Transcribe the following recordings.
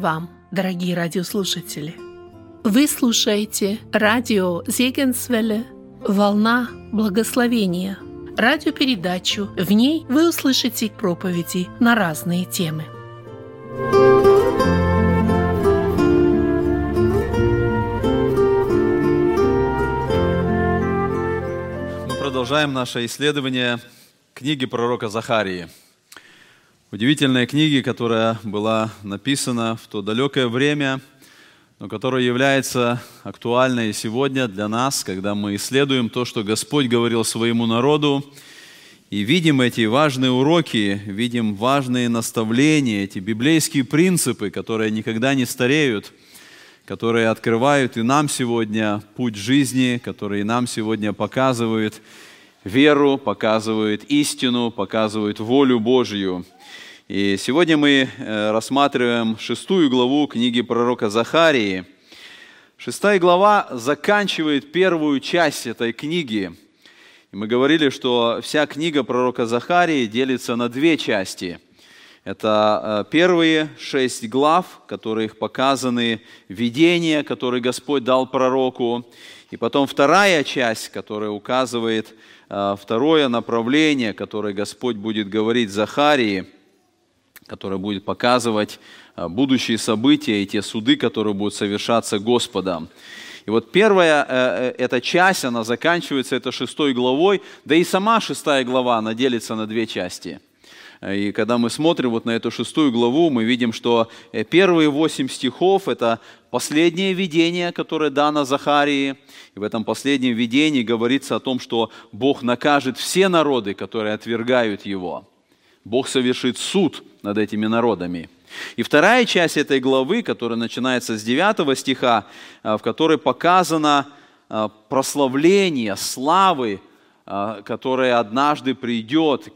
вам, дорогие радиослушатели! Вы слушаете радио Зегенсвелле «Волна благословения», радиопередачу. В ней вы услышите проповеди на разные темы. Мы продолжаем наше исследование книги пророка Захарии. Удивительной книги, которая была написана в то далекое время, но которая является актуальной сегодня для нас, когда мы исследуем то, что Господь говорил своему народу, и видим эти важные уроки, видим важные наставления, эти библейские принципы, которые никогда не стареют, которые открывают и нам сегодня путь жизни, которые нам сегодня показывают веру, показывают истину, показывают волю Божью. И сегодня мы рассматриваем 6 главу книги пророка Захарии. 6 глава заканчивает первую часть этой книги. И мы говорили, что вся книга пророка Захарии делится на две части. Это первые 6 глав, в которых показаны видения, которые Господь дал пророку. И потом вторая часть, которая указывает второе направление, которое Господь будет говорить Захарии, которая будет показывать будущие события и те суды, которые будут совершаться Господом. И вот первая эта часть, она заканчивается, это 6 главой, да и сама 6 глава, она делится на две части. И когда мы смотрим вот на эту 6 главу, мы видим, что первые 8 стихов – это последнее видение, которое дано Захарии. И в этом последнем видении говорится о том, что Бог накажет все народы, которые отвергают Его. Бог совершит суд над этими народами. И вторая часть этой главы, которая начинается с 9 стиха, в которой показано прославление славы, которая однажды придет,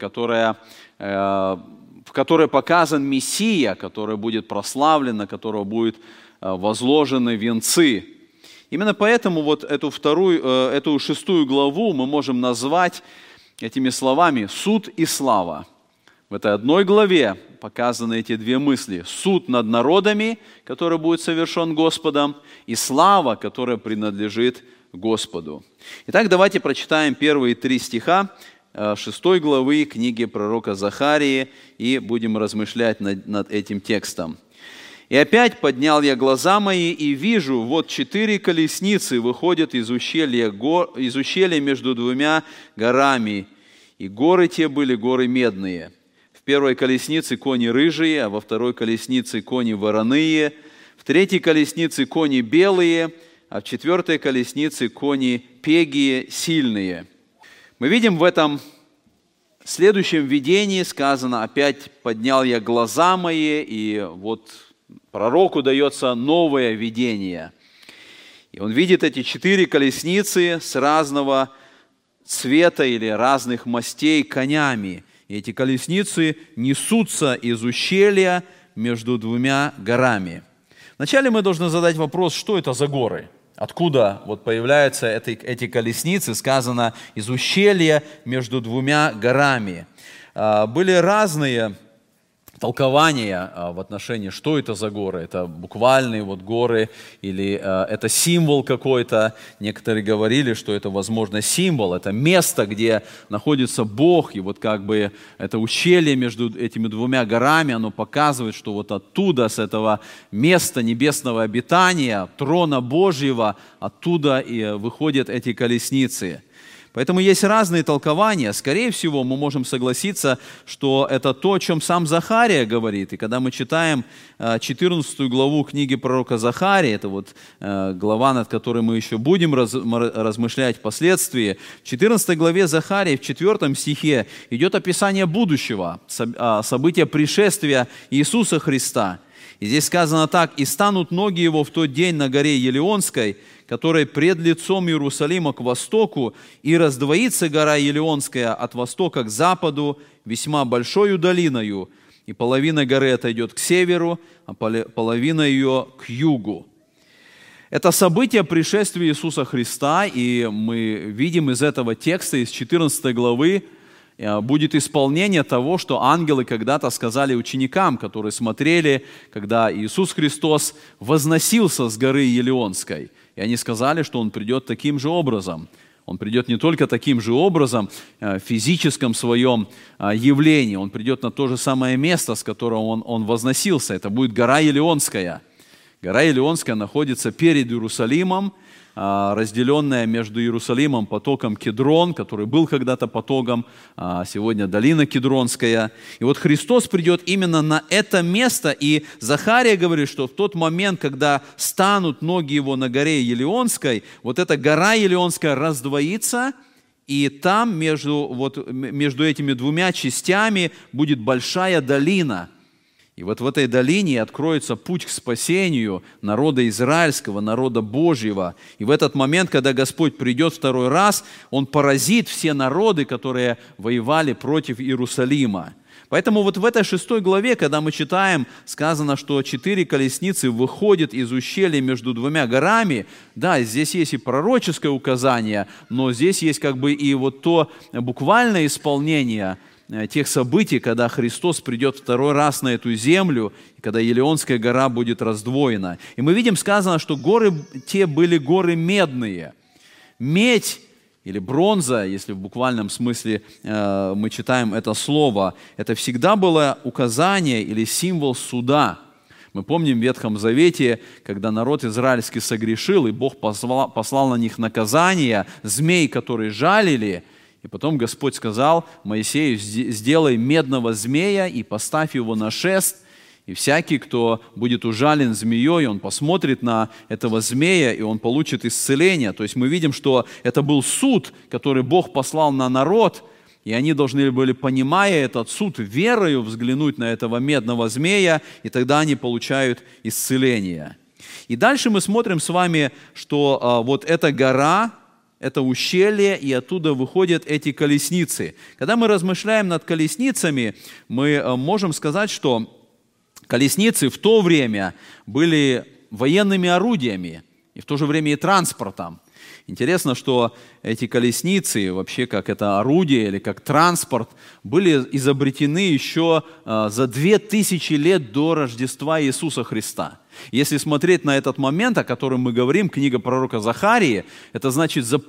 в которой показан Мессия, который будет прославлен, на которого будут возложены венцы. Именно поэтому вот эту 6 главу мы можем назвать этими словами «суд и слава». В этой одной главе показаны эти две мысли. Суд над народами, который будет совершен Господом, и слава, которая принадлежит Господу. Итак, давайте прочитаем первые 3 стиха 6 главы книги пророка Захарии и будем размышлять над этим текстом. «И опять поднял я глаза мои, и вижу, вот 4 колесницы выходят из ущелья между 2 горами, и горы те были горы медные. В первой колеснице кони рыжие, а во второй колеснице кони вороные, в третьей колеснице кони белые, а в 4 колеснице кони пегие, сильные». Мы видим в этом следующем видении сказано: «Опять поднял я глаза мои», и вот пророку дается новое видение. И он видит эти 4 колесницы с разного цвета или разных мастей конями. И эти колесницы несутся из ущелья между 2 горами. Вначале мы должны задать вопрос, что это за горы? Откуда вот появляются эти колесницы? Сказано, из ущелья между 2 горами. Были разные толкования в отношении, что это за горы. Это буквальные вот горы или это символ какой-то. Некоторые говорили, что это, возможно, символ. Это место, где находится Бог. И вот как бы это ущелье между этими 2 горами, оно показывает, что вот оттуда, с этого места небесного обитания, трона Божьего, оттуда и выходят эти колесницы. Поэтому есть разные толкования. Скорее всего, мы можем согласиться, что это то, о чем сам Захария говорит. И когда мы читаем 14 главу книги пророка Захарии, это вот глава, над которой мы еще будем размышлять впоследствии, в 14 главе Захарии, в 4 стихе, идет описание будущего, события пришествия Иисуса Христа. И здесь сказано так: «И станут ноги его в тот день на горе Елеонской, которая пред лицом Иерусалима к востоку, и раздвоится гора Елеонская от востока к западу весьма большою долиною, и половина горы отойдет к северу, а половина ее к югу». Это событие пришествия Иисуса Христа, и мы видим из этого текста, из 14 главы, будет исполнение того, что ангелы когда-то сказали ученикам, которые смотрели, когда Иисус Христос возносился с горы Елеонской. И они сказали, что Он придет таким же образом. Он придет не только таким же образом, в физическом своем явлении, Он придет на то же самое место, с которого Он возносился. Это будет гора Елеонская. Гора Елеонская находится перед Иерусалимом, разделенная между Иерусалимом потоком Кедрон, который был когда-то потоком, а сегодня долина Кедронская. И вот Христос придет именно на это место, и Захария говорит, что в тот момент, когда станут ноги Его на горе Елеонской, вот эта гора Елеонская раздвоится, и там между этими двумя частями будет большая долина. И вот в этой долине откроется путь к спасению народа израильского, народа Божьего. И в этот момент, когда Господь придет второй раз, Он поразит все народы, которые воевали против Иерусалима. Поэтому вот в этой 6 главе, когда мы читаем, сказано, что 4 колесницы выходят из ущелья между двумя горами. Да, здесь есть и пророческое указание, но здесь есть как бы и вот то буквальное исполнение тех событий, когда Христос придет второй раз на эту землю, и когда Елеонская гора будет раздвоена. И мы видим, сказано, что горы те были горы медные. Медь или бронза, если в буквальном смысле мы читаем это слово, это всегда было указание или символ суда. Мы помним в Ветхом Завете, когда народ израильский согрешил, и Бог послал на них наказание, змей, которые жалили. И потом Господь сказал Моисею: сделай медного змея и поставь его на шест, и всякий, кто будет ужален змеей, он посмотрит на этого змея, и он получит исцеление. То есть мы видим, что это был суд, который Бог послал на народ, и они должны были, понимая этот суд, верою взглянуть на этого медного змея, и тогда они получают исцеление. И дальше мы смотрим с вами, что вот эта гора, это ущелье, и оттуда выходят эти колесницы. Когда мы размышляем над колесницами, мы можем сказать, что колесницы в то время были военными орудиями, и в то же время и транспортом. Интересно, что эти колесницы, вообще как это орудие или как транспорт, были изобретены еще за 2000 лет до Рождества Иисуса Христа. Если смотреть на этот момент, о котором мы говорим, книга пророка Захарии, это значит, за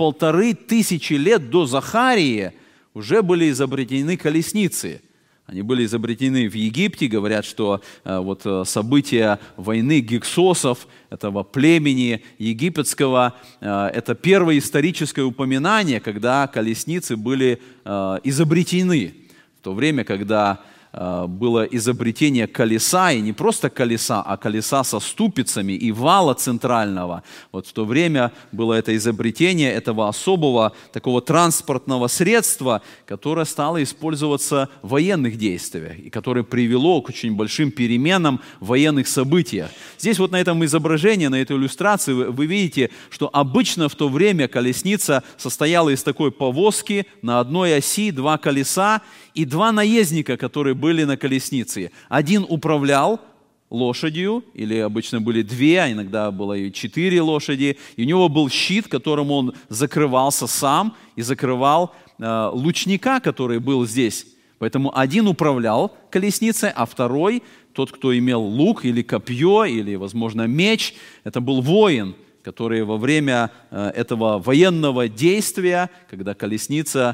1500 лет до Захарии уже были изобретены колесницы. Они были изобретены в Египте. Говорят, что вот события войны гиксосов, этого племени египетского, это первое историческое упоминание, когда колесницы были изобретены. В то время, когда было изобретение колеса, и не просто колеса, а колеса со ступицами и вала центрального. Вот в то время было это изобретение этого особого такого транспортного средства, которое стало использоваться в военных действиях и которое привело к очень большим переменам в военных событиях. Здесь вот на этом изображении, на этой иллюстрации вы видите, что обычно в то время колесница состояла из такой повозки, на одной оси 2 колеса и 2 наездника, которые были на колеснице. Один управлял лошадью, или обычно были 2, а иногда было и 4 лошади, и у него был щит, которым он закрывался сам и закрывал лучника, который был здесь. Поэтому один управлял колесницей, а второй, тот, кто имел лук или копье, или, возможно, меч, это был воин, который во время этого военного действия, когда колесница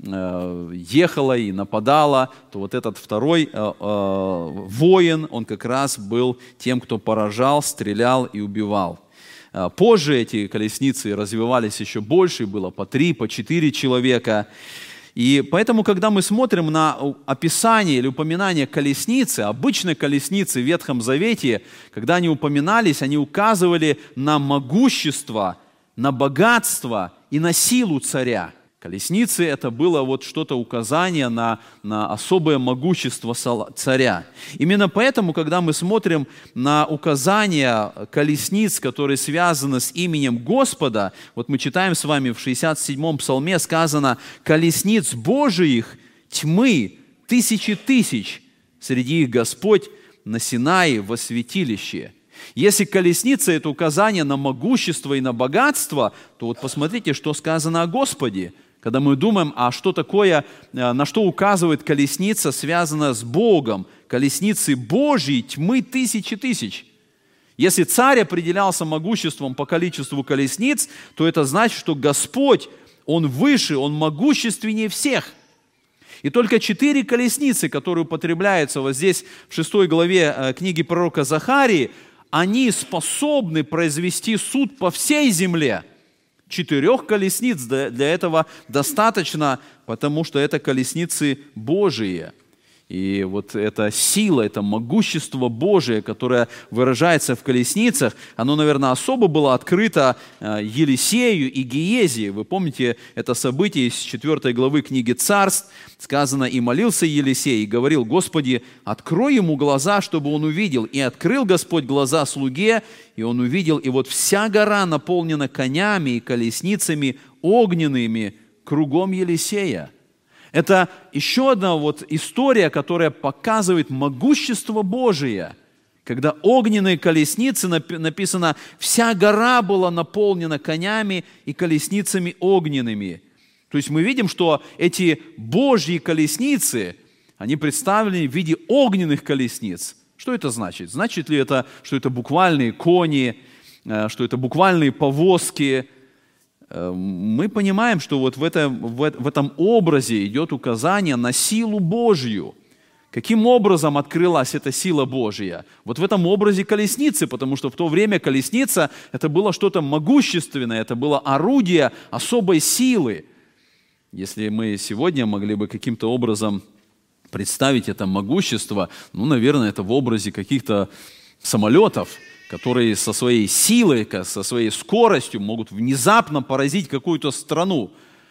ехала и нападала, то вот этот второй воин, он как раз был тем, кто поражал, стрелял и убивал. Позже эти колесницы развивались еще больше, было по 3, по 4 человека. И поэтому, когда мы смотрим на описание или упоминание колесницы, обычной колесницы в Ветхом Завете, когда они упоминались, они указывали на могущество, на богатство и на силу царя. Колесницы – это было вот что-то указание на особое могущество царя. Именно поэтому, когда мы смотрим на указания колесниц, которые связаны с именем Господа, вот мы читаем с вами в 67-м псалме сказано: «Колесниц Божиих тьмы 1000 тысяч, среди их Господь на Синае во святилище». Если колесница – это указание на могущество и на богатство, то вот посмотрите, что сказано о Господе, Когда мы думаем, а что такое, на что указывает колесница, связанная с Богом, колесницы Божьей, тьмы тысячи тысяч. Если царь определялся могуществом по количеству колесниц, то это значит, что Господь, Он выше, Он могущественнее всех. И только 4 колесницы, которые употребляются вот здесь в 6 главе книги пророка Захарии, они способны произвести суд по всей земле. 4 колесниц для этого достаточно, потому что это колесницы Божии. И вот эта сила, это могущество Божие, которое выражается в колесницах, оно, наверное, особо было открыто Елисею и Гиезии. Вы помните это событие из 4 главы книги Царств. Сказано, и молился Елисей, и говорил: Господи, открой ему глаза, чтобы он увидел. И открыл Господь глаза слуге, и он увидел, и вот вся гора наполнена конями и колесницами огненными кругом Елисея. Это еще одна вот история, которая показывает могущество Божие. Когда огненные колесницы, написано, вся гора была наполнена конями и колесницами огненными. То есть мы видим, что эти Божьи колесницы, они представлены в виде огненных колесниц. Что это значит? Значит ли это, что это буквальные кони, что это буквальные повозки? Мы понимаем, что вот в этом образе идет указание на силу Божью. Каким образом открылась эта сила Божья? Вот в этом образе колесницы, потому что в то время колесница – это было что-то могущественное, это было орудие особой силы. Если мы сегодня могли бы каким-то образом представить это могущество, наверное, это в образе каких-то самолетов, которые со своей силой, со своей скоростью могут внезапно поразить какую-то страну.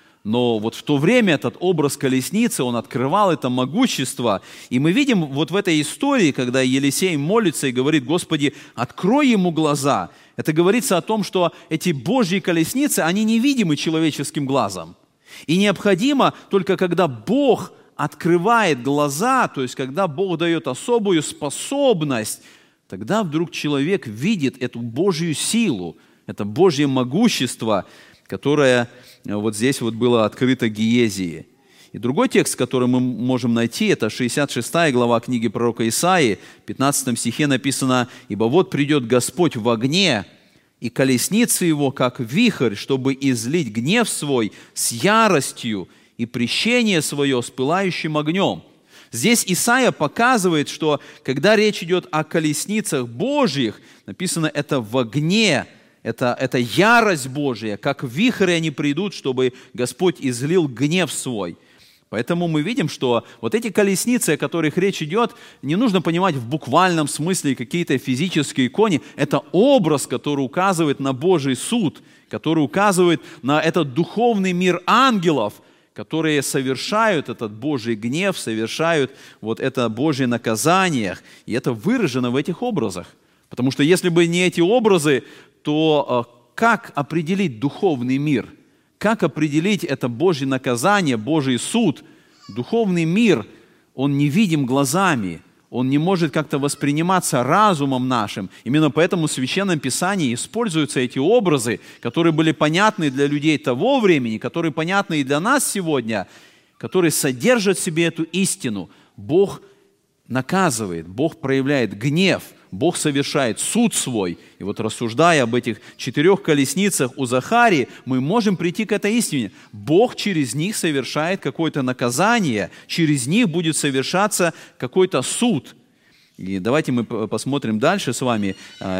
Но вот в то время этот образ колесницы, он открывал это могущество. И мы видим вот в этой истории, когда Елисей молится и говорит: Господи, открой ему глаза. Это говорится о том, что эти Божьи колесницы, они невидимы человеческим глазом. И необходимо только когда Бог открывает глаза, то есть когда Бог дает особую способность, тогда вдруг человек видит эту Божью силу, это Божье могущество, которое вот здесь вот было открыто Гиезии. И другой текст, который мы можем найти, это 66 глава книги пророка Исаии, в 15 стихе написано: «Ибо вот придет Господь в огне, и колесницы его, как вихрь, чтобы излить гнев свой с яростью и прещение свое с пылающим огнем». Здесь Исаия показывает, что когда речь идет о колесницах Божьих, написано это в огне, это ярость Божья, как вихри они придут, чтобы Господь излил гнев свой. Поэтому мы видим, что вот эти колесницы, о которых речь идет, не нужно понимать в буквальном смысле какие-то физические кони. Это образ, который указывает на Божий суд, который указывает на этот духовный мир ангелов, которые совершают этот Божий гнев, совершают вот это Божье наказание. И это выражено в этих образах. Потому что если бы не эти образы, то как определить духовный мир? Как определить это Божье наказание, Божий суд? Духовный мир, он невидим глазами, он не может как-то восприниматься разумом нашим. Именно поэтому в Священном Писании используются эти образы, которые были понятны для людей того времени, которые понятны и для нас сегодня, которые содержат в себе эту истину. Бог наказывает, Бог проявляет гнев, Бог совершает суд свой. И вот рассуждая об этих 4 колесницах у Захарии, мы можем прийти к этой истине. Бог через них совершает какое-то наказание, через них будет совершаться какой-то суд. И давайте мы посмотрим дальше с вами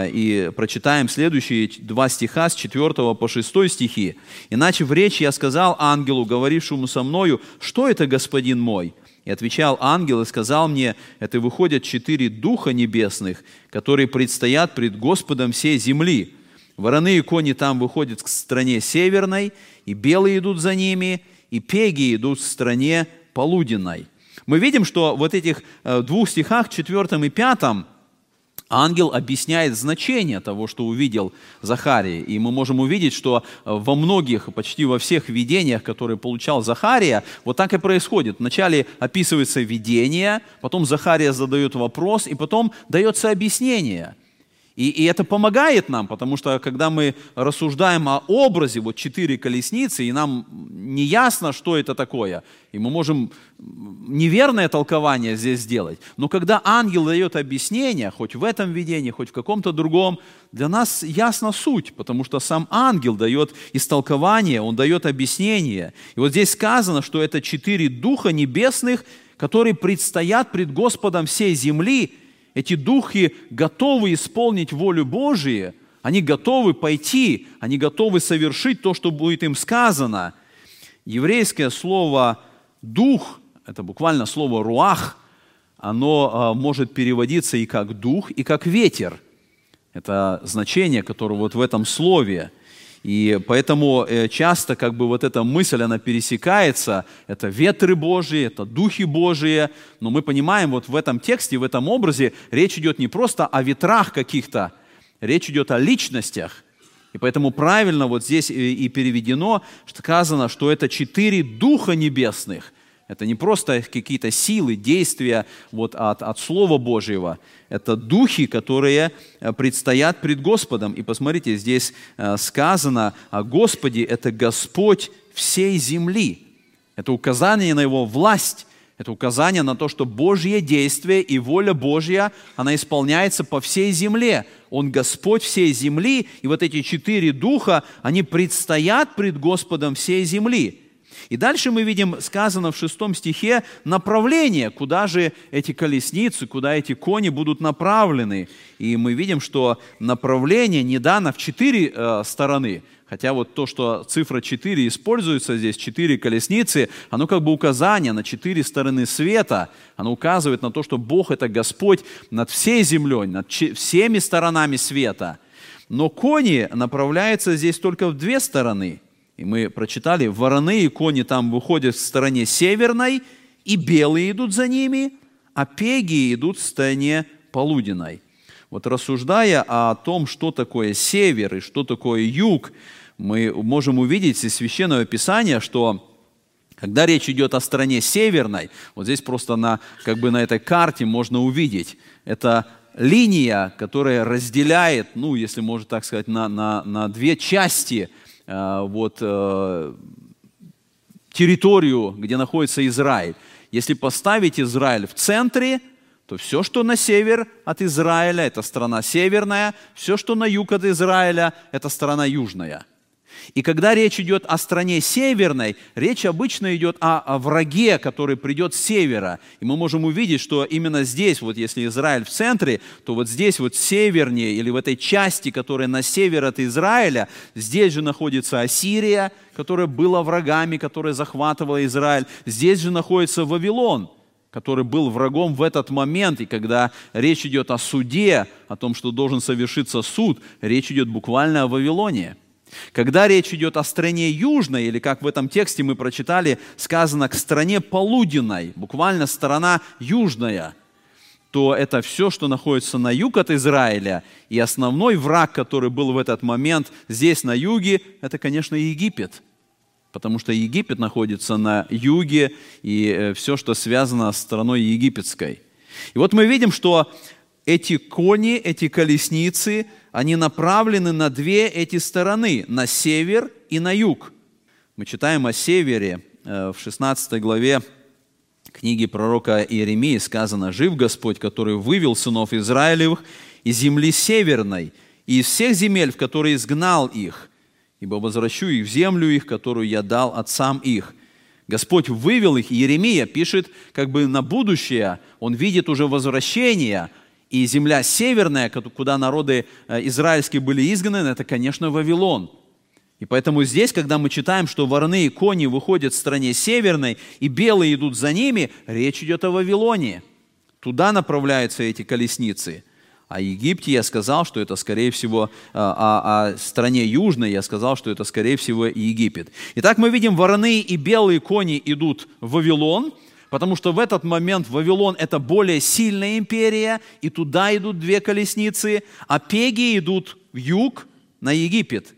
и прочитаем следующие 2 стиха с 4 по 6 стихи. «Иначе в речи я сказал ангелу, говорившему со мною: что это, господин мой? И отвечал ангел и сказал мне: это выходят 4 духа небесных, которые предстоят пред Господом всей земли. Вороные кони там выходят к стране северной, и белые идут за ними, и пеги идут в стране полуденной». Мы видим, что вот этих 2 стихах, 4 и 5, ангел объясняет значение того, что увидел Захария. И мы можем увидеть, что во многих, почти во всех видениях, которые получал Захария, вот так и происходит. Вначале описывается видение, потом Захария задает вопрос, и потом дается объяснение. И это помогает нам, потому что когда мы рассуждаем о образе, вот 4 колесницы, и нам не ясно, что это такое, и мы можем неверное толкование здесь сделать, но когда ангел дает объяснение, хоть в этом видении, хоть в каком-то другом, для нас ясна суть, потому что сам ангел дает истолкование, он дает объяснение. И вот здесь сказано, что это 4 духа небесных, которые предстоят пред Господом всей земли. Эти духи готовы исполнить волю Божию, они готовы пойти, они готовы совершить то, что будет им сказано. Еврейское слово «дух», это буквально слово «руах», оно может переводиться и как «дух», и как «ветер». Это значение, которое вот в этом слове. И поэтому часто как бы вот эта мысль, она пересекается, это ветры Божьи, это духи Божьи, но мы понимаем, вот в этом тексте, в этом образе речь идет не просто о ветрах каких-то, речь идет о личностях. И поэтому правильно вот здесь и переведено, сказано, что это 4 духа небесных. Это не просто какие-то силы, действия вот от Слова Божьего. Это духи, которые предстоят пред Господом. И посмотрите, здесь сказано о Господе, это Господь всей земли. Это указание на Его власть. Это указание на то, что Божье действие и воля Божья, она исполняется по всей земле. Он Господь всей земли. И вот эти 4 духа, они предстоят пред Господом всей земли. И дальше мы видим, сказано в 6 стихе, направление, куда же эти колесницы, куда эти кони будут направлены. И мы видим, что направление не дано в 4 стороны. Хотя вот то, что цифра 4 используется здесь, 4 колесницы, оно как бы указание на 4 стороны света. Оно указывает на то, что Бог – это Господь над всей землей, над всеми сторонами света. Но кони направляются здесь только в 2 стороны. И мы прочитали, вороные кони там выходят в стороне северной, и белые идут за ними, а пеги идут в стороне полуденной. Вот рассуждая о том, что такое север и что такое юг, мы можем увидеть из Священного Писания, что когда речь идет о стороне северной, вот здесь просто на этой карте можно увидеть, это линия, которая разделяет, если можно так сказать, на 2 части территорию, где находится Израиль. Если поставить Израиль в центре, то все, что на север от Израиля, это страна северная, все, что на юг от Израиля, это страна южная. И когда речь идет о стране северной, речь обычно идет о враге, который придет с севера. И мы можем увидеть, что именно здесь, вот если Израиль в центре, то вот здесь вот севернее, или в этой части, которая на север от Израиля, здесь же находится Ассирия, которая была врагами, которая захватывала Израиль. Здесь же находится Вавилон, который был врагом в этот момент. И когда речь идет о суде, о том, что должен совершиться суд, речь идет буквально о Вавилоне. Когда речь идет о стране южной, или как в этом тексте мы прочитали, сказано к стране полуденной, буквально сторона южная, то это все, что находится на юг от Израиля. И основной враг, который был в этот момент здесь, на юге, это, конечно, Египет. Потому что Египет находится на юге, и все, что связано с страной египетской. И вот мы видим, что эти кони, эти колесницы, они направлены на 2 эти стороны, на север и на юг. Мы читаем о севере в 16 главе книги пророка Иеремии, сказано: «Жив Господь, который вывел сынов Израилевых из земли северной и из всех земель, в которые изгнал их, ибо возвращу их в землю их, которую я дал отцам их». Господь вывел их, и Иеремия пишет как бы на будущее, он видит уже возвращение. И земля северная, куда народы израильские были изгнаны, это, конечно, Вавилон. И поэтому здесь, когда мы читаем, что вороные кони выходят в стране северной, и белые идут за ними, речь идет о Вавилоне. Туда направляются эти колесницы. О Египте я сказал, что это, скорее всего, о стране южной, я сказал, что это, скорее всего, Египет. Итак, мы видим, вороные и белые кони идут в Вавилон, потому что в этот момент Вавилон – это более сильная империя, и туда идут 2 колесницы, а пеги идут в юг, на Египет.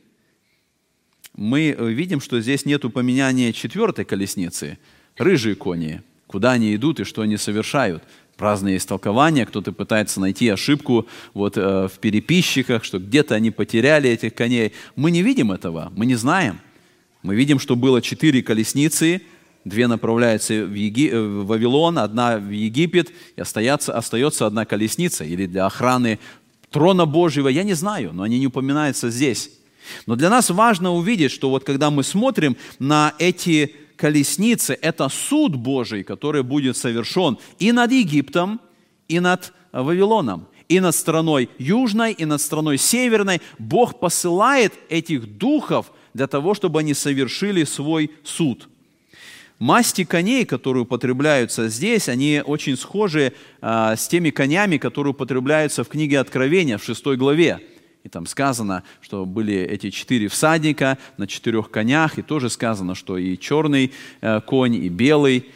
Мы видим, что здесь нет упоминания 4-й колесницы, рыжие кони, куда они идут и что они совершают. разные истолкования, кто-то пытается найти ошибку в переписчиках, что где-то они потеряли этих коней. Мы не видим этого, мы не знаем. Мы видим, что было 4 колесницы, 2 направляются в Вавилон, 1 в Египет, и остается 1 колесница, или для охраны трона Божьего, я не знаю, но они не упоминаются здесь. Но для нас важно увидеть, что когда мы смотрим на эти колесницы, это суд Божий, который будет совершен и над Египтом, и над Вавилоном, и над страной южной, и над страной северной. Бог посылает этих духов для того, чтобы они совершили свой суд. Масти коней, которые употребляются здесь, они очень схожи с теми конями, которые употребляются в книге Откровения в 6 главе. И там сказано, что были эти 4 всадника на 4 конях, и тоже сказано, что и черный конь, и белый.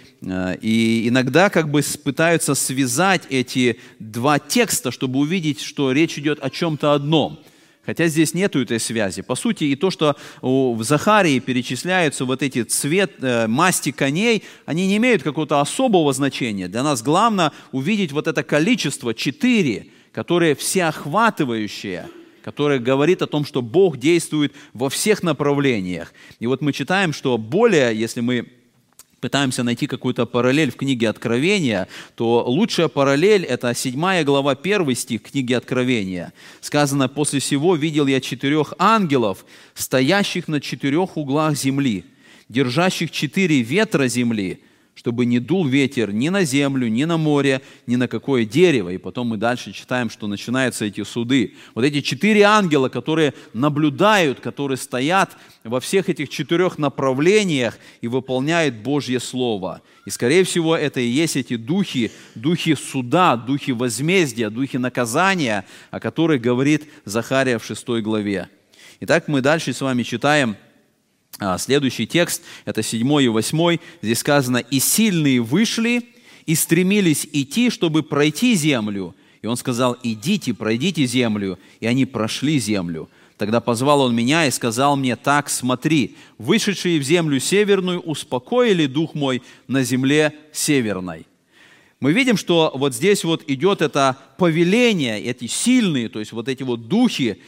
И иногда пытаются связать эти 2 текста, чтобы увидеть, что речь идет о чем-то одном. Хотя здесь нету этой связи. По сути, и то, что в Захарии перечисляются эти масти коней, они не имеют какого-то особого значения. Для нас главное увидеть это количество 4, которое всеохватывающее, которое говорит о том, что Бог действует во всех направлениях. И мы читаем, что более, если мы пытаемся найти какую-то параллель в книге Откровения, то лучшая параллель – это 7 глава, 1 стих книги Откровения. Сказано: «После сего видел я 4 ангелов, стоящих на 4 углах земли, держащих 4 ветра земли, чтобы не дул ветер ни на землю, ни на море, ни на какое дерево». И потом мы дальше читаем, что начинаются эти суды. Эти 4 ангела, которые наблюдают, которые стоят во всех этих 4 направлениях и выполняют Божье Слово. И, скорее всего, это и есть эти духи суда, духи возмездия, духи наказания, о которых говорит Захария в 6 главе. Итак, мы дальше с вами читаем. Следующий текст, это 7 и 8, здесь сказано: «И сильные вышли, и стремились идти, чтобы пройти землю. И он сказал: идите, пройдите землю. И они прошли землю. Тогда позвал он меня и сказал мне: так, смотри, вышедшие в землю северную успокоили дух мой на земле северной». Мы видим, что здесь идет это повеление, эти сильные, то есть эти духи,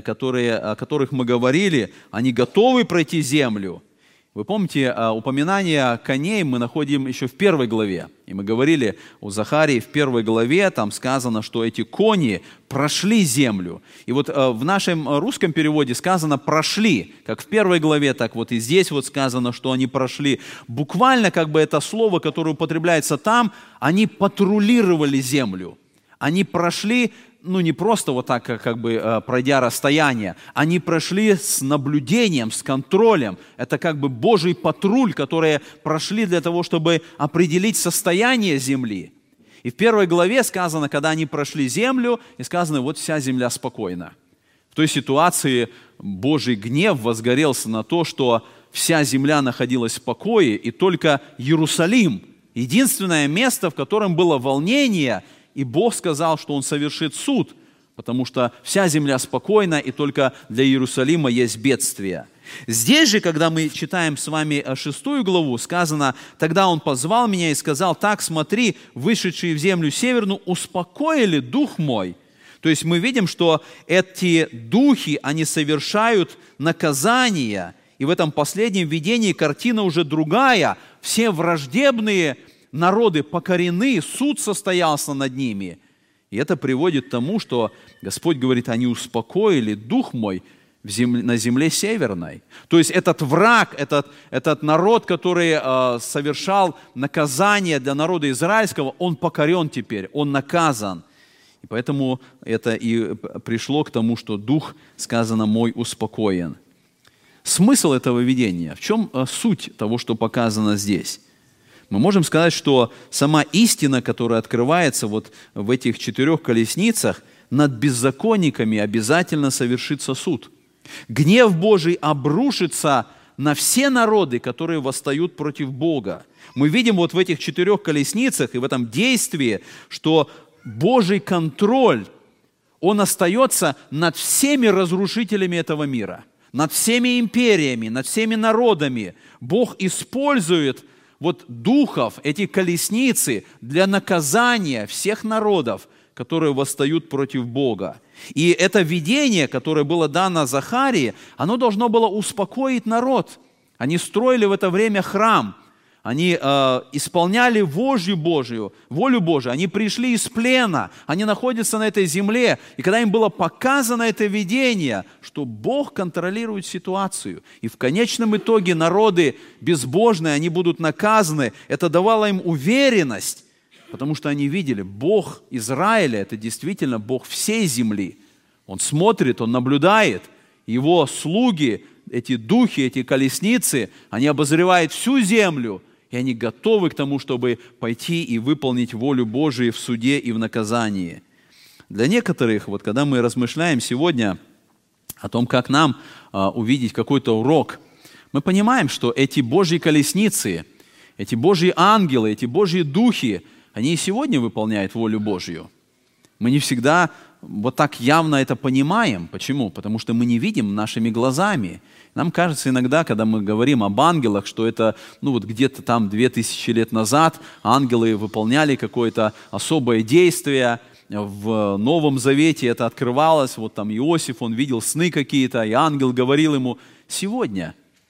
о которых мы говорили, они готовы пройти землю. Вы помните, упоминание коней мы находим еще в 1 главе. И мы говорили о Захарии в 1 главе, там сказано, что эти кони прошли землю. И в нашем русском переводе сказано «прошли», как в 1 главе, так и здесь сказано, что они прошли. Буквально это слово, которое употребляется там, они патрулировали землю. Они прошли, не просто пройдя расстояние, они прошли с наблюдением, с контролем. Это Божий патруль, которые прошли для того, чтобы определить состояние земли. И в 1 главе сказано, когда они прошли землю, и сказано: вся земля спокойна. В той ситуации Божий гнев возгорелся на то, что вся земля находилась в покое, и только Иерусалим, единственное место, в котором было волнение, и Бог сказал, что Он совершит суд, потому что вся земля спокойна, и только для Иерусалима есть бедствие. Здесь же, когда мы читаем с вами 6 главу, сказано: «Тогда Он позвал меня и сказал: так, смотри, вышедшие в землю северную успокоили дух мой». То есть мы видим, что эти духи, они совершают наказание, и в этом последнем видении картина уже другая. Все враждебные народы покорены, суд состоялся над ними. И это приводит к тому, что Господь говорит: они успокоили дух мой на земле северной. То есть этот враг, этот народ, который совершал наказание для народа израильского, он покорен теперь, он наказан. И поэтому это и пришло к тому, что дух, сказано, мой успокоен. Смысл этого видения, в чем суть того, что показано здесь? Мы можем сказать, что сама истина, которая открывается в этих 4 колесницах, над беззаконниками обязательно совершится суд. Гнев Божий обрушится на все народы, которые восстают против Бога. Мы видим в этих 4 колесницах и в этом действии, что Божий контроль, он остается над всеми разрушителями этого мира, над всеми империями, над всеми народами. Бог использует вот духов, эти колесницы для наказания всех народов, которые восстают против Бога. И это видение, которое было дано Захарии, оно должно было успокоить народ. Они строили в это время храм, они исполняли волю Божию, они пришли из плена, они находятся на этой земле. И когда им было показано это видение, что Бог контролирует ситуацию, и в конечном итоге народы безбожные, они будут наказаны, это давало им уверенность, потому что они видели, Бог Израиля – это действительно Бог всей земли. Он смотрит, Он наблюдает, Его слуги, эти духи, эти колесницы, они обозревают всю землю, и они готовы к тому, чтобы пойти и выполнить волю Божию в суде и в наказании. Для некоторых, вот когда мы размышляем сегодня о том, как нам увидеть какой-то урок, мы понимаем, что эти Божьи колесницы, эти Божьи ангелы, эти Божьи духи, они и сегодня выполняют волю Божью. Мы не всегда вот так явно это понимаем. Почему? Потому что мы не видим нашими глазами. Нам кажется иногда, когда мы говорим об ангелах, что это где-то там 2000 лет назад ангелы выполняли какое-то особое действие. В Новом Завете это открывалось. Вот там Иосиф, он видел сны какие-то, и ангел говорил ему: сегодня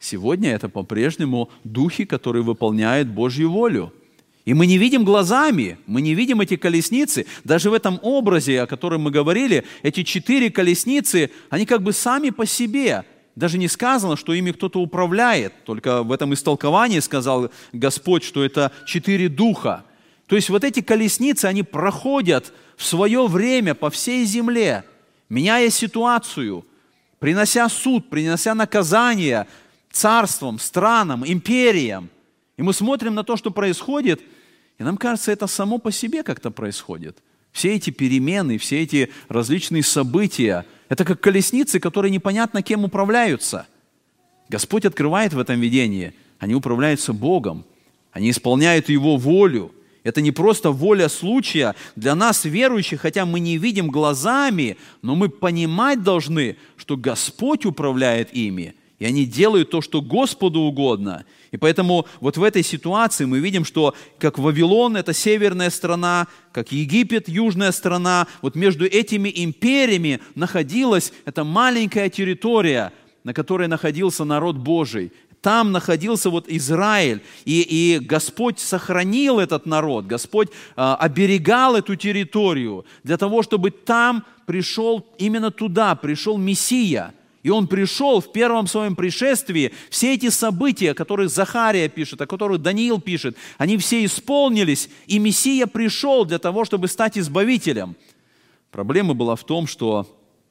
это по-прежнему духи, которые выполняют Божью волю. И мы не видим глазами, мы не видим эти колесницы. Даже в этом образе, о котором мы говорили, эти 4 колесницы, они как бы сами по себе. Даже не сказано, что ими кто-то управляет. Только в этом истолковании сказал Господь, что это 4 духа. То есть вот эти колесницы, они проходят в свое время по всей земле, меняя ситуацию, принося суд, принося наказание царствам, странам, империям. И мы смотрим на то, что происходит, и нам кажется, это само по себе как-то происходит. Все эти перемены, все эти различные события, это как колесницы, которые непонятно кем управляются. Господь открывает в этом видении, они управляются Богом, они исполняют Его волю. Это не просто воля случая для нас, верующих, хотя мы не видим глазами, но мы понимать должны, что Господь управляет ими, и они делают то, что Господу угодно. И поэтому вот в этой ситуации мы видим, что как Вавилон – это северная страна, как Египет – южная страна, вот между этими империями находилась эта маленькая территория, на которой находился народ Божий. Там находился вот Израиль, и Господь сохранил этот народ, Господь оберегал эту территорию для того, чтобы там пришел, именно туда пришел Мессия. И Он пришел в первом своем пришествии. Все эти события, о которых Захария пишет, о которых Даниил пишет, они все исполнились, и Мессия пришел для того, чтобы стать избавителем. Проблема была в том, что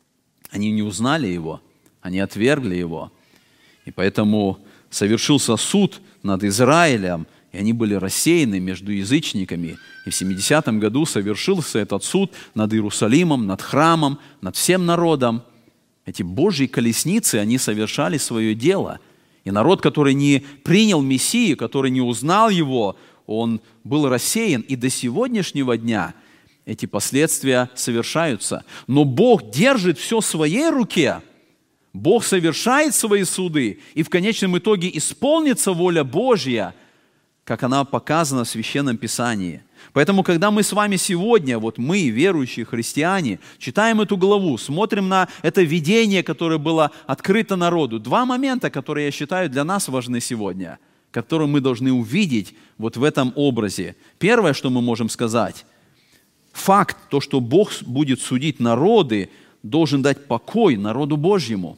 они не узнали Его, они отвергли Его. И поэтому совершился суд над Израилем, и они были рассеяны между язычниками. И в 70-м году совершился этот суд над Иерусалимом, над храмом, над всем народом. Эти Божьи колесницы, они совершали свое дело. И народ, который не принял Мессию, который не узнал Его, он был рассеян. И до сегодняшнего дня эти последствия совершаются. Но Бог держит все в своей руке. Бог совершает свои суды. И в конечном итоге исполнится воля Божья, как она показана в Священном Писании. Поэтому, когда мы с вами сегодня, вот мы, верующие христиане, читаем эту главу, смотрим на это видение, которое было открыто народу, 2 момента, которые, я считаю, для нас важны сегодня, которые мы должны увидеть вот в этом образе. Первое, что мы можем сказать, факт, то, что Бог будет судить народы, должен дать покой народу Божьему.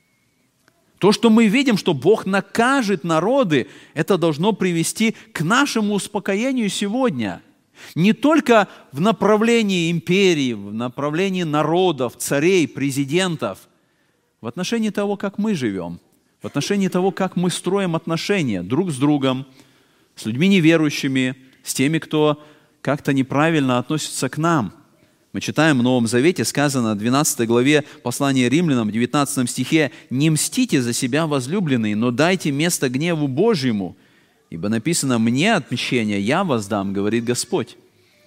То, что мы видим, что Бог накажет народы, это должно привести к нашему успокоению сегодня. Не только в направлении империи, в направлении народов, царей, президентов, в отношении того, как мы живем, в отношении того, как мы строим отношения друг с другом, с людьми неверующими, с теми, кто как-то неправильно относится к нам. Мы читаем в Новом Завете, сказано в 12 главе послания Римлянам, в 19 стихе: «Не мстите за себя, возлюбленные, но дайте место гневу Божьему, ибо написано: мне отмщение, я воздам, говорит Господь».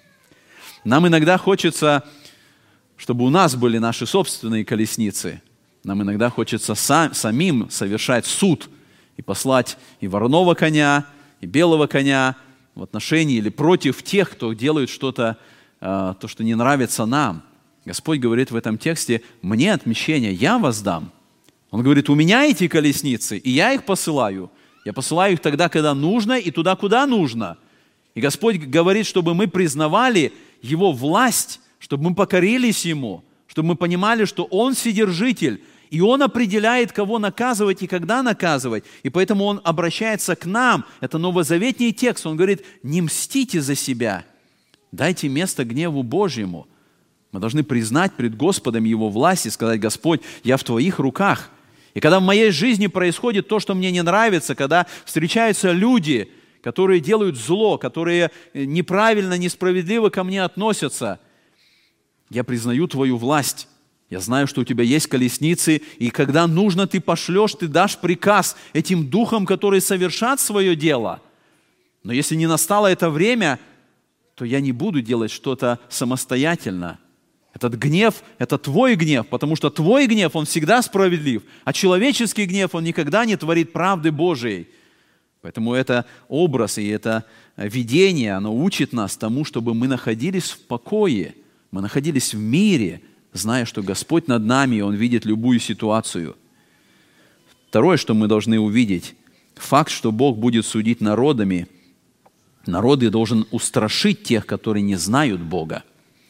Нам иногда хочется, чтобы у нас были наши собственные колесницы. Нам иногда хочется самим совершать суд и послать и вороного коня, и белого коня в отношении или против тех, кто делает что-то, то, что не нравится нам. Господь говорит в этом тексте: «Мне отмещение, я воздам». Он говорит: «У меня эти колесницы, и я их посылаю. Я посылаю их тогда, когда нужно, и туда, куда нужно». И Господь говорит, чтобы мы признавали Его власть, чтобы мы покорились Ему, чтобы мы понимали, что Он Вседержитель, и Он определяет, кого наказывать и когда наказывать. И поэтому Он обращается к нам. Это новозаветний текст. Он говорит: не мстите за себя, дайте место гневу Божьему. Мы должны признать пред Господом Его власть и сказать: Господь, я в Твоих руках. И когда в моей жизни происходит то, что мне не нравится, когда встречаются люди, которые делают зло, которые неправильно, несправедливо ко мне относятся, я признаю Твою власть. Я знаю, что у Тебя есть колесницы, и когда нужно, Ты пошлешь, Ты дашь приказ этим духам, которые совершат свое дело. Но если не настало это время, то я не буду делать что-то самостоятельно. Этот гнев – это Твой гнев, потому что Твой гнев, он всегда справедлив, а человеческий гнев, он никогда не творит правды Божией. Поэтому это образ и это видение, оно учит нас тому, чтобы мы находились в покое, мы находились в мире, зная, что Господь над нами, и Он видит любую ситуацию. Второе, что мы должны увидеть – факт, что Бог будет судить народами. Народы должен устрашить тех, которые не знают Бога.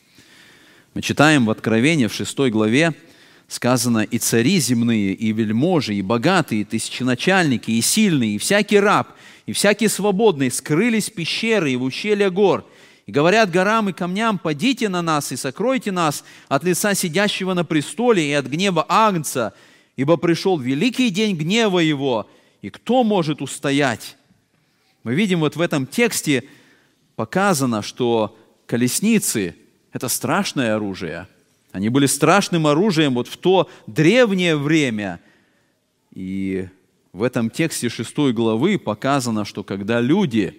Мы читаем в Откровении, в 6 главе, сказано: «И цари земные, и вельможи, и богатые, и тысяченачальники, и сильные, и всякий раб, и всякий свободный скрылись в пещеры и в ущелья гор, и говорят горам и камням: падите на нас и сокройте нас от лица сидящего на престоле и от гнева Агнца, ибо пришел великий день гнева Его, и кто может устоять?» Мы видим вот в этом тексте показано, что колесницы – это страшное оружие. Они были страшным оружием вот в то древнее время. И в этом тексте 6 главы показано, что когда люди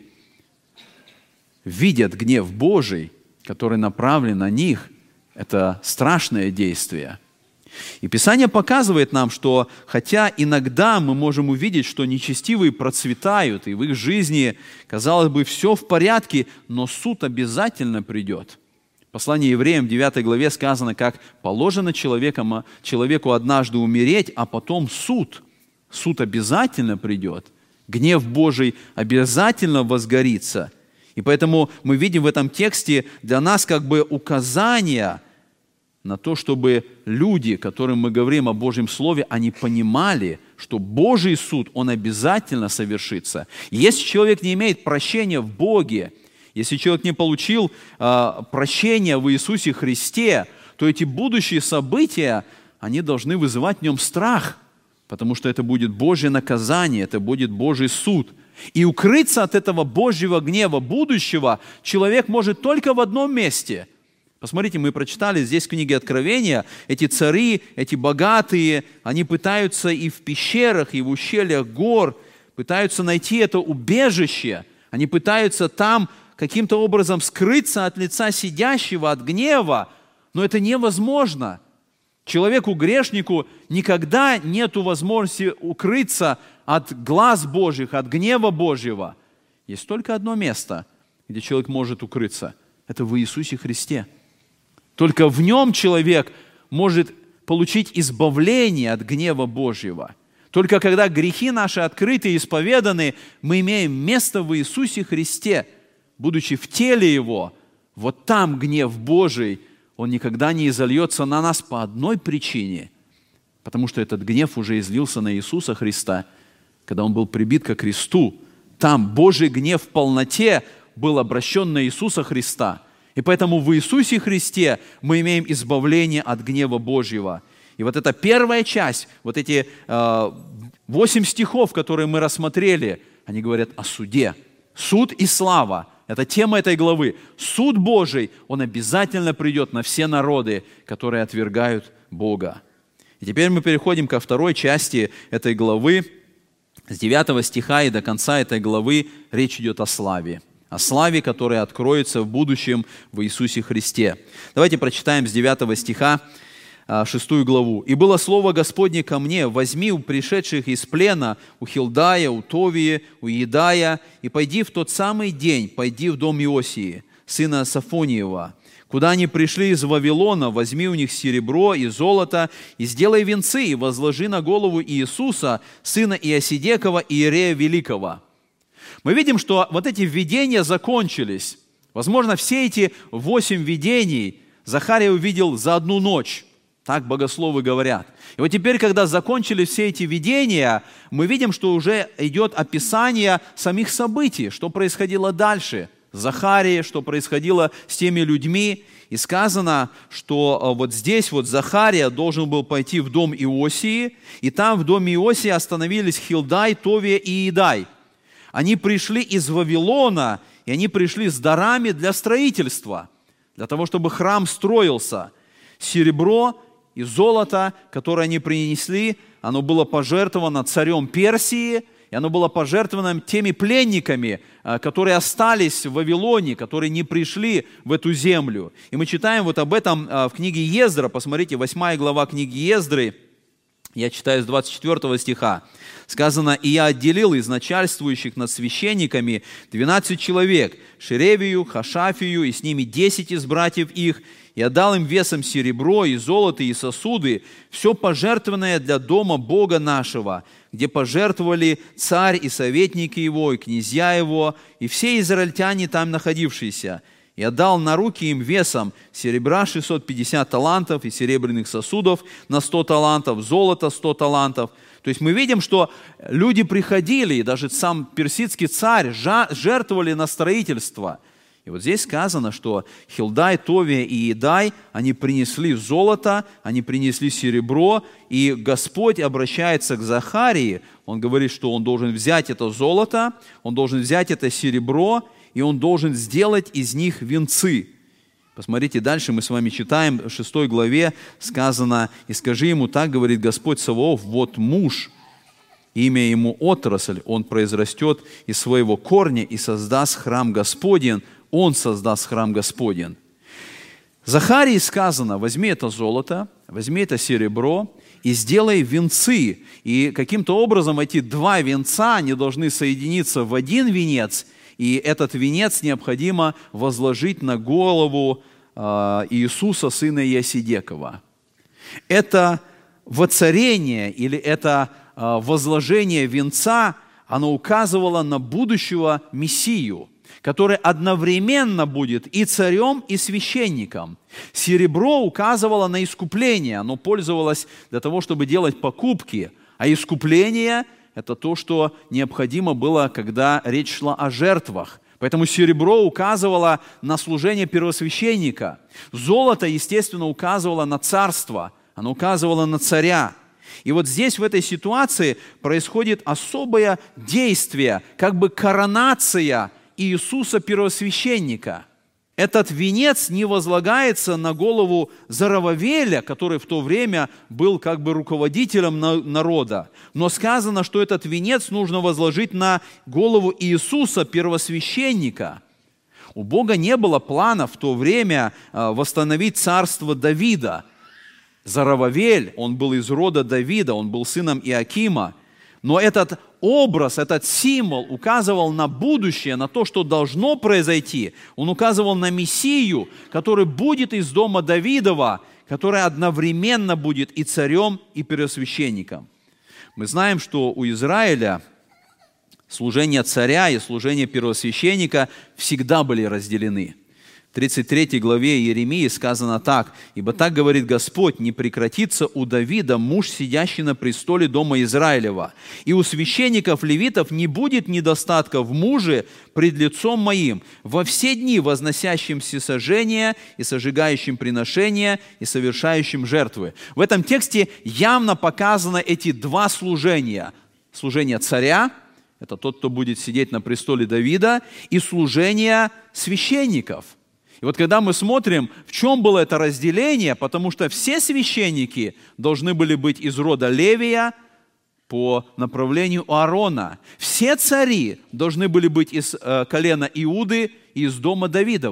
видят гнев Божий, который направлен на них, это страшное действие. И Писание показывает нам, что хотя иногда мы можем увидеть, что нечестивые процветают, и в их жизни, казалось бы, все в порядке, но суд обязательно придет. В послании Евреям 9 главе сказано, как положено человеку однажды умереть, а потом суд. Суд обязательно придет. Гнев Божий обязательно возгорится. И поэтому мы видим в этом тексте для нас как бы указание на то, чтобы люди, которым мы говорим о Божьем Слове, они понимали, что Божий суд, он обязательно совершится. И если человек не имеет прощения в Боге, если человек не получил прощения в Иисусе Христе, то эти будущие события, они должны вызывать в нем страх, потому что это будет Божье наказание, это будет Божий суд. И укрыться от этого Божьего гнева будущего человек может только в одном месте. Посмотрите, мы прочитали здесь в книге Откровения, эти цари, эти богатые, они пытаются и в пещерах, и в ущельях гор, пытаются найти это убежище, они пытаются там каким-то образом скрыться от лица сидящего, от гнева, но это невозможно. Человеку, грешнику, никогда нет возможности укрыться от глаз Божьих, от гнева Божьего. Есть только одно место, где человек может укрыться. Это в Иисусе Христе. Только в Нем человек может получить избавление от гнева Божьего. Только когда грехи наши открыты и исповеданы, мы имеем место в Иисусе Христе. Будучи в теле Его, вот там гнев Божий, он никогда не изольется на нас по одной причине, потому что этот гнев уже излился на Иисуса Христа, когда Он был прибит ко кресту. Там Божий гнев в полноте был обращен на Иисуса Христа. И поэтому в Иисусе Христе мы имеем избавление от гнева Божьего. И вот эта первая часть, вот эти 8 стихов, которые мы рассмотрели, они говорят о суде. Суд и слава. Это тема этой главы. Суд Божий, он обязательно придет на все народы, которые отвергают Бога. И теперь мы переходим ко второй части этой главы. С 9 стиха и до конца этой главы речь идет о славе. О славе, которая откроется в будущем в Иисусе Христе. Давайте прочитаем с 9 стиха. 6 главу. «И было слово Господне ко мне: возьми у пришедших из плена, у Хилдая, у Товии, у Едая, и пойди в тот самый день, пойди в дом Иосии, сына Сафониева, куда они пришли из Вавилона, возьми у них серебро и золото, и сделай венцы, и возложи на голову Иисуса, сына Иосидекова, иерея великого». Мы видим, что вот эти видения закончились. Возможно, все эти 8 видений Захария увидел за одну ночь. Так богословы говорят. И вот теперь, когда закончились все эти видения, мы видим, что уже идет описание самих событий, что происходило дальше с Захарией, что происходило с теми людьми. И сказано, что вот здесь вот Захария должен был пойти в дом Иосии, и там в доме Иосии остановились Хилдай, Товия и Едай. Они пришли из Вавилона, и они пришли с дарами для строительства, для того, чтобы храм строился. Серебро и золото, которое они принесли, оно было пожертвовано царем Персии, и оно было пожертвовано теми пленниками, которые остались в Вавилоне, которые не пришли в эту землю. И мы читаем вот об этом в книге Ездра, посмотрите, 8 глава книги Ездры, я читаю с 24 стиха. Сказано: «И я отделил из начальствующих над священниками 12 человек, Шеревию, Хашафию, и с ними 10 из братьев их, и отдал им весом серебро и золото и сосуды, все пожертвованное для дома Бога нашего, где пожертвовали царь и советники его, и князья его, и все израильтяне там находившиеся. И отдал на руки им весом серебра 650 талантов и серебряных сосудов на 100 талантов, золота 100 талантов». То есть мы видим, что люди приходили, и даже сам персидский царь жертвовали на строительство. И вот здесь сказано, что Хилдай, Товия и Едай, они принесли золото, они принесли серебро, и Господь обращается к Захарии, Он говорит, что он должен взять это золото, он должен взять это серебро, и он должен сделать из них венцы. Посмотрите, дальше мы с вами читаем, в 6 главе сказано: «И скажи ему, так говорит Господь Саваоф, вот муж, имя ему отрасль, он произрастет из своего корня и создаст храм Господень, он создаст храм Господень». Захарии сказано: возьми это золото, возьми это серебро и сделай венцы. И каким-то образом эти 2 венца, они должны соединиться в один венец, и этот венец необходимо возложить на голову Иисуса, сына Иосидекова. Это воцарение или это возложение венца, оно указывало на будущего Мессию, который одновременно будет и царем, и священником. Серебро указывало на искупление, оно пользовалось для того, чтобы делать покупки, а искупление – это то, что необходимо было, когда речь шла о жертвах. Поэтому серебро указывало на служение первосвященника. Золото, естественно, указывало на царство, оно указывало на царя. И вот здесь, в этой ситуации, происходит особое действие, как бы коронация Иисуса первосвященника. Этот венец не возлагается на голову Зоровавеля, который в то время был как бы руководителем народа, но сказано, что этот венец нужно возложить на голову Иисуса, первосвященника. У Бога не было плана в то время восстановить царство Давида. Зоровавель, он был из рода Давида, он был сыном Иакима, но этот образ, этот символ указывал на будущее, на то, что должно произойти. Он указывал на Мессию, который будет из дома Давидова, который одновременно будет и царем, и первосвященником. Мы знаем, что у Израиля служение царя и служение первосвященника всегда были разделены. В 33 главе Иеремии сказано так: «Ибо так говорит Господь, не прекратится у Давида муж, сидящий на престоле дома Израилева, и у священников левитов не будет недостатка в муже пред лицом моим, во все дни возносящим всесожжения и сожигающим приношения и совершающим жертвы». В этом тексте явно показаны эти 2 служения. Служение царя, это тот, кто будет сидеть на престоле Давида, и служение священников. И вот когда мы смотрим, в чем было это разделение, потому что все священники должны были быть из рода Левия по направлению Аарона. Все цари должны были быть из колена Иуды и из дома Давидова.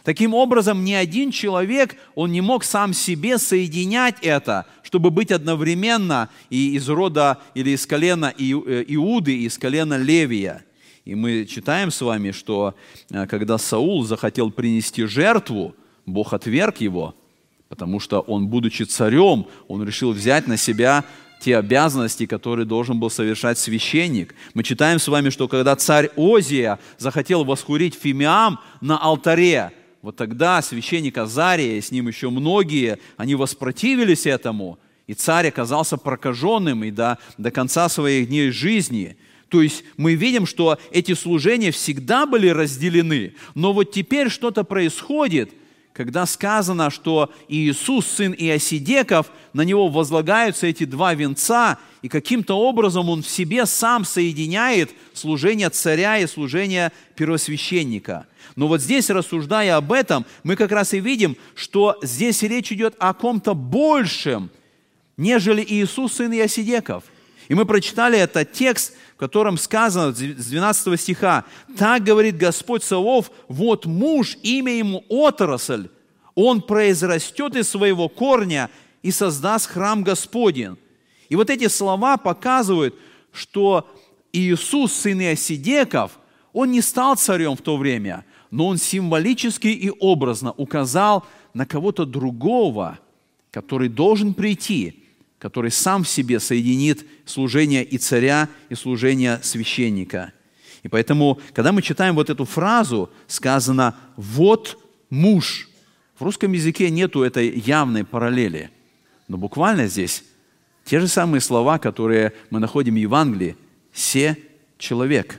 Таким образом, ни один человек, он не мог сам себе соединять это, чтобы быть одновременно и из рода или из колена Иуды, и из колена Левия. И мы читаем с вами, что когда Саул захотел принести жертву, Бог отверг его, потому что он, будучи царем, он решил взять на себя те обязанности, которые должен был совершать священник. Мы читаем с вами, что когда царь Озия захотел воскурить фимиам на алтаре, вот тогда священник Азария, и с ним еще многие, они воспротивились этому, и царь оказался прокаженным и до конца своих дней жизни. То есть мы видим, что эти служения всегда были разделены, но вот теперь что-то происходит, когда сказано, что Иисус, сын Иосидеков, на него возлагаются эти два венца, и каким-то образом он в себе сам соединяет служение царя и служение первосвященника. Но вот здесь, рассуждая об этом, мы как раз и видим, что здесь речь идет о ком-то большем, нежели Иисус, сын Иосидеков. И мы прочитали этот текст, в котором сказано с 12 стиха: «Так говорит Господь Саваоф, вот муж, имя ему отрасль, он произрастет из своего корня и создаст храм Господень». И вот эти слова показывают, что Иисус, сын Иосидеков, он не стал царем в то время, но он символически и образно указал на кого-то другого, который должен прийти, который сам в себе соединит служение и царя, и служение священника. И поэтому, когда мы читаем вот эту фразу, сказано «вот муж». В русском языке нету этой явной параллели, но буквально здесь те же самые слова, которые мы находим в Евангелии: «се человек».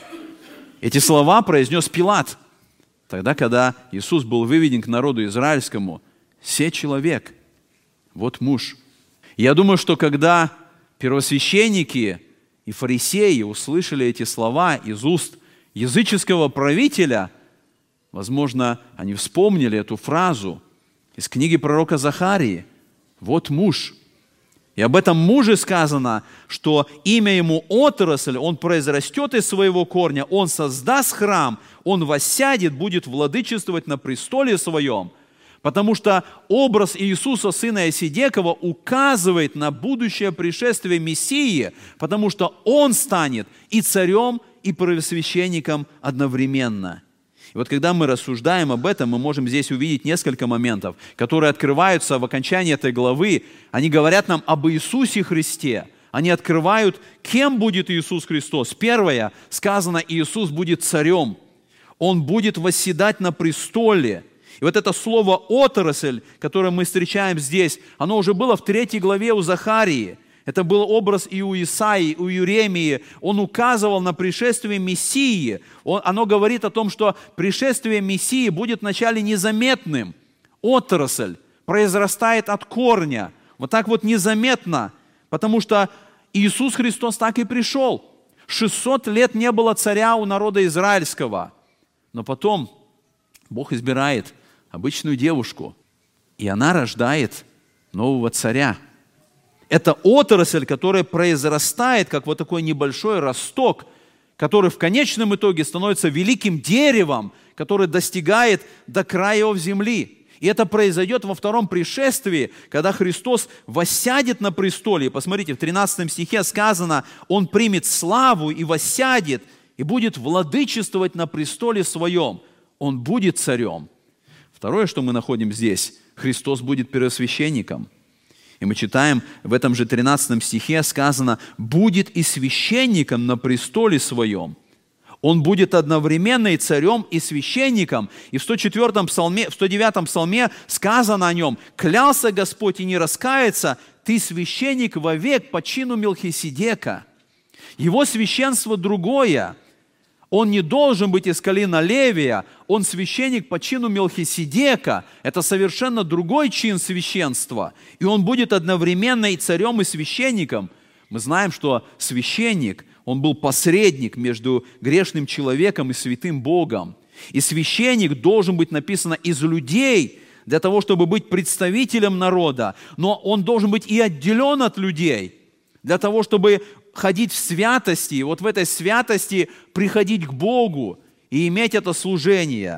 Эти слова произнес Пилат, тогда, когда Иисус был выведен к народу израильскому: «се человек, вот муж». Я думаю, что когда первосвященники и фарисеи услышали эти слова из уст языческого правителя, возможно, они вспомнили эту фразу из книги пророка Захарии: «Вот муж». И об этом муже сказано, что имя ему отрасль, он произрастет из своего корня, он создаст храм, он воссядет, будет владычествовать на престоле своем. Потому что образ Иисуса, сына Иосидекова, указывает на будущее пришествие Мессии, потому что Он станет и царем, и первосвященником одновременно. И вот когда мы рассуждаем об этом, мы можем здесь увидеть несколько моментов, которые открываются в окончании этой главы. Они говорят нам об Иисусе Христе. Они открывают, кем будет Иисус Христос. Первое, сказано, Иисус будет царем. Он будет восседать на престоле. И вот это слово «отрасль», которое мы встречаем здесь, оно уже было в 3 главе у Захарии. Это был образ и у Исаии, у Иеремии. Он указывал на пришествие Мессии. Оно говорит о том, что пришествие Мессии будет вначале незаметным. Отрасль произрастает от корня. Вот так вот незаметно, потому что Иисус Христос так и пришел. 600 лет не было царя у народа израильского. Но потом Бог избирает обычную девушку, и она рождает нового царя. Это отрасль, которая произрастает, как вот такой небольшой росток, который в конечном итоге становится великим деревом, который достигает до краев земли. И это произойдет во втором пришествии, когда Христос воссядет на престоле. Посмотрите, в 13 стихе сказано: «Он примет славу и воссядет, и будет владычествовать на престоле своем». Он будет царем. Второе, что мы находим здесь: Христос будет первосвященником. И мы читаем в этом же 13 стихе сказано: «будет и священником на престоле своем». Он будет одновременно и царем, и священником. И в 109 псалме сказано о нем: «Клялся Господь и не раскается, ты священник вовек по чину Мелхиседека». Его священство другое. Он не должен быть из колена Левия, он священник по чину Мелхиседека. Это совершенно другой чин священства. И он будет одновременно и царем, и священником. Мы знаем, что священник, он был посредник между грешным человеком и святым Богом. И священник должен быть, написано, из людей, для того, чтобы быть представителем народа. Но он должен быть и отделен от людей, для того, чтобы ходить в святости, и вот в этой святости приходить к Богу и иметь это служение.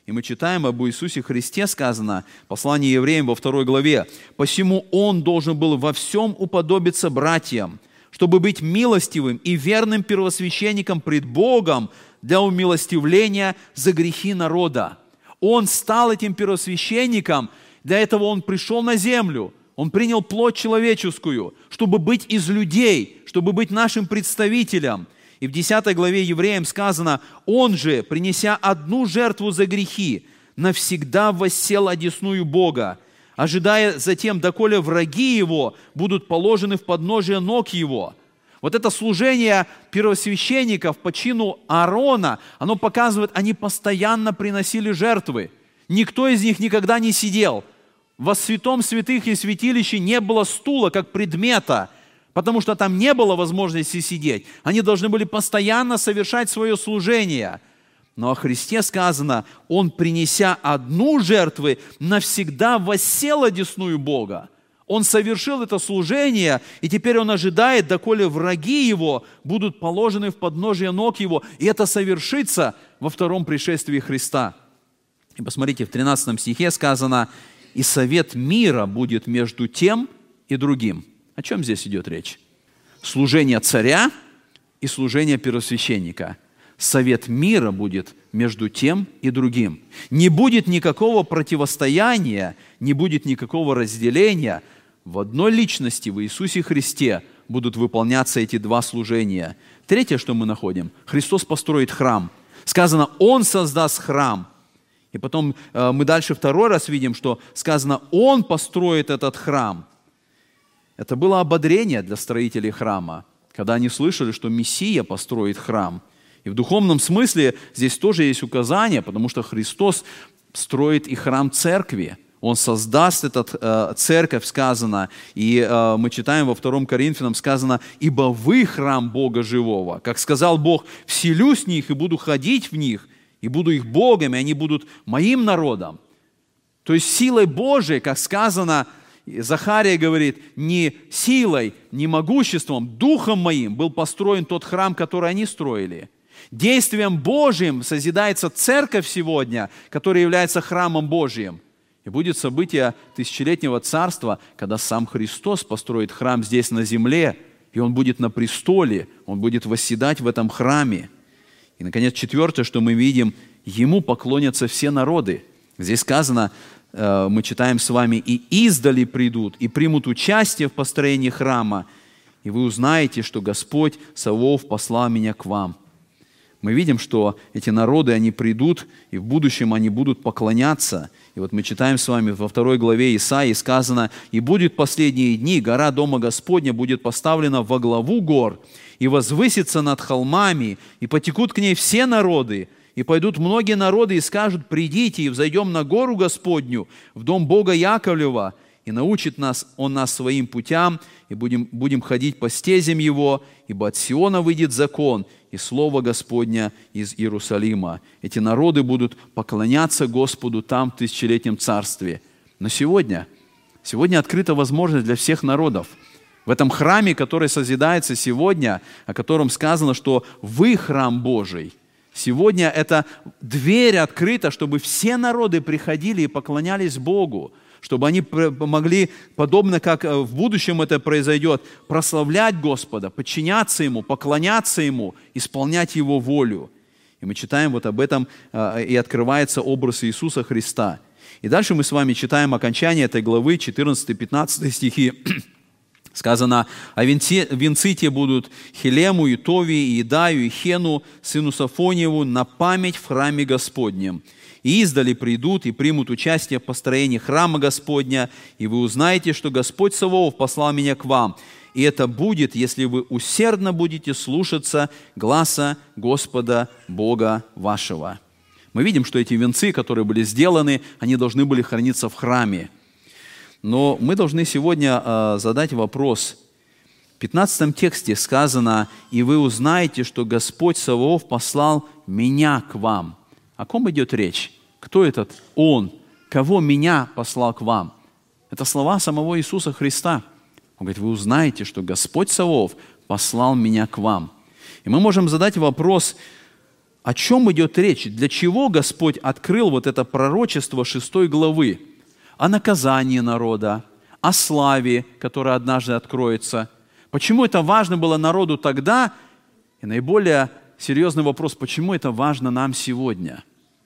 И мы читаем об Иисусе Христе, сказано, послание евреям во 2 главе, «Посему Он должен был во всем уподобиться братьям, чтобы быть милостивым и верным первосвященником пред Богом для умилостивления за грехи народа». Он стал этим первосвященником, для этого Он пришел на землю, Он принял плоть человеческую, чтобы быть из людей, чтобы быть нашим представителем. И в 10 главе Евреям сказано, «Он же, принеся одну жертву за грехи, навсегда воссел одесную Бога, ожидая затем, доколе враги Его будут положены в подножие ног Его». Вот это служение первосвященников по чину Аарона, оно показывает, они постоянно приносили жертвы. Никто из них никогда не сидел. Во святом святых и святилище не было стула как предмета, потому что там не было возможности сидеть. Они должны были постоянно совершать свое служение. Но о Христе сказано, Он, принеся одну жертву, навсегда воссел одесную Бога. Он совершил это служение, и теперь Он ожидает, доколе враги Его будут положены в подножие ног Его. И это совершится во втором пришествии Христа. И посмотрите, в 13 стихе сказано, «И совет мира будет между тем и другим». О чем здесь идет речь? Служение царя и служение первосвященника. Совет мира будет между тем и другим. Не будет никакого противостояния, не будет никакого разделения. В одной личности, в Иисусе Христе, будут выполняться эти два служения. Третье, что мы находим, Христос построит храм. Сказано, Он создаст храм. И потом мы дальше второй раз видим, что сказано, Он построит этот храм. Это было ободрение для строителей храма, когда они слышали, что Мессия построит храм. И в духовном смысле здесь тоже есть указание, потому что Христос строит и храм церкви. Он создаст этот церковь, сказано. И мы читаем во 2 Коринфянам, сказано, «Ибо вы храм Бога живого». Как сказал Бог, «Вселюсь в них и буду ходить в них, и буду их Богом, и они будут моим народом». То есть силой Божией, как сказано, Захария говорит, не силой, не могуществом, духом моим был построен тот храм, который они строили. Действием Божьим созидается церковь сегодня, которая является храмом Божьим. И будет событие тысячелетнего царства, когда сам Христос построит храм здесь на земле, и Он будет на престоле, Он будет восседать в этом храме. И, наконец, четвертое, что мы видим, Ему поклонятся все народы. Здесь сказано, мы читаем с вами, «И издали придут, и примут участие в построении храма, и вы узнаете, что Господь Саваоф послал меня к вам». Мы видим, что эти народы, они придут, и в будущем они будут поклоняться. И вот мы читаем с вами во 2 главе Исаии сказано, «И будет последние дни, гора Дома Господня будет поставлена во главу гор, и возвысится над холмами, и потекут к ней все народы, и пойдут многие народы и скажут, придите, и взойдем на гору Господню, в дом Бога Яковлева, и научит Он нас своим путям, и будем ходить по стезям Его, ибо от Сиона выйдет закон, и Слово Господня из Иерусалима». Эти народы будут поклоняться Господу там, в тысячелетнем царстве. Но сегодня открыта возможность для всех народов. В этом храме, который созидается сегодня, о котором сказано, что «вы храм Божий», сегодня эта дверь открыта, чтобы все народы приходили и поклонялись Богу, чтобы они могли, подобно как в будущем это произойдет, прославлять Господа, подчиняться Ему, поклоняться Ему, исполнять Его волю. И мы читаем вот об этом, и открывается образ Иисуса Христа. И дальше мы с вами читаем окончание этой главы, 14-15 стихи. Сказано, «А венцы те будут Хелему, и Тови, и Идаю, и Хену, сыну Сафониеву, на память в храме Господнем. И издали придут и примут участие в построении храма Господня, и вы узнаете, что Господь Саваоф послал меня к вам. И это будет, если вы усердно будете слушаться гласа Господа Бога вашего». Мы видим, что эти венцы, которые были сделаны, они должны были храниться в храме. Но мы должны сегодня задать вопрос. В 15 тексте сказано, «И вы узнаете, что Господь Саваоф послал меня к вам». О ком идет речь? Кто этот Он? Кого меня послал к вам? Это слова самого Иисуса Христа. Он говорит, вы узнаете, что Господь Саваоф послал меня к вам. И мы можем задать вопрос, о чем идет речь? Для чего Господь открыл вот это пророчество 6 главы? О наказании народа, о славе, которая однажды откроется. Почему это важно было народу тогда? И наиболее серьезный вопрос, почему это важно нам сегодня?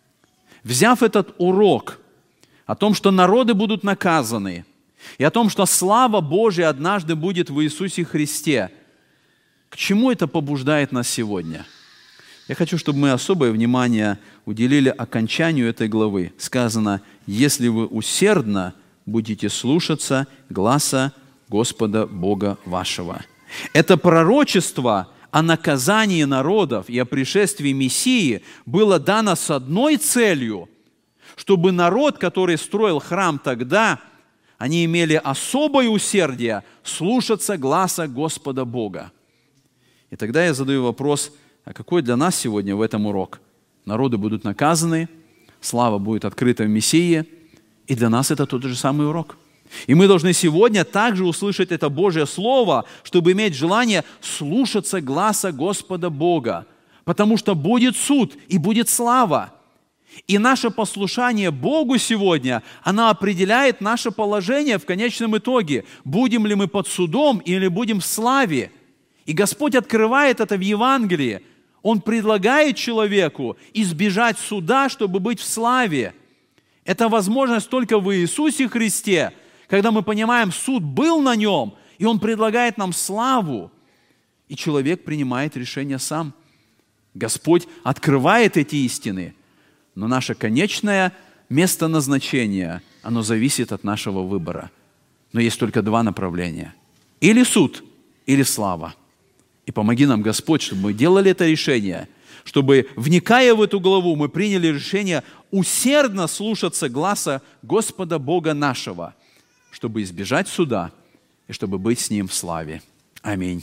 Взяв этот урок о том, что народы будут наказаны, и о том, что слава Божия однажды будет в Иисусе Христе, к чему это побуждает нас сегодня? Я хочу, чтобы мы особое внимание уделили окончанию этой главы. Сказано: «Если вы усердно будете слушаться гласа Господа Бога вашего». Это пророчество о наказании народов и о пришествии Мессии было дано с одной целью, чтобы народ, который строил храм тогда, они имели особое усердие слушаться гласа Господа Бога. И тогда я задаю вопрос, а какой для нас сегодня в этом урок? Народы будут наказаны, слава будет открыта в Мессии, и для нас это тот же самый урок. И мы должны сегодня также услышать это Божье Слово, чтобы иметь желание слушаться гласа Господа Бога, потому что будет суд и будет слава. И наше послушание Богу сегодня, оно определяет наше положение в конечном итоге. Будем ли мы под судом или будем в славе? И Господь открывает это в Евангелии. Он предлагает человеку избежать суда, чтобы быть в славе. Это возможность только в Иисусе Христе, когда мы понимаем, суд был на Нем, и Он предлагает нам славу. И человек принимает решение сам. Господь открывает эти истины, но наше конечное место назначения, оно зависит от нашего выбора. Но есть только два направления. Или суд, или слава. И помоги нам, Господь, чтобы мы делали это решение, чтобы, вникая в эту главу, мы приняли решение усердно слушаться гласа Господа Бога нашего, чтобы избежать суда и чтобы быть с Ним в славе. Аминь.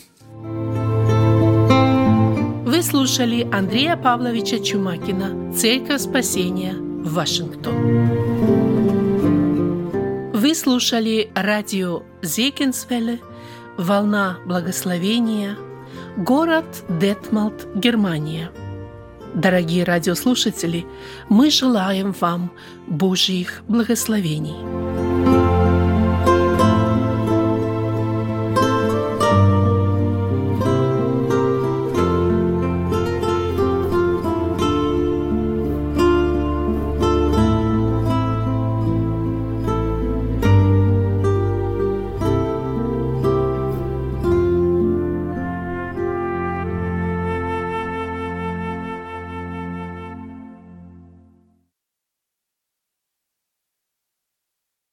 Вы слушали Андрея Павловича Чумакина, Церковь Спасения, Вашингтон. Вы слушали радио Зегенсвелле, «Волна благословения», город Детмалт, Германия. Дорогие радиослушатели, мы желаем вам Божьих благословений.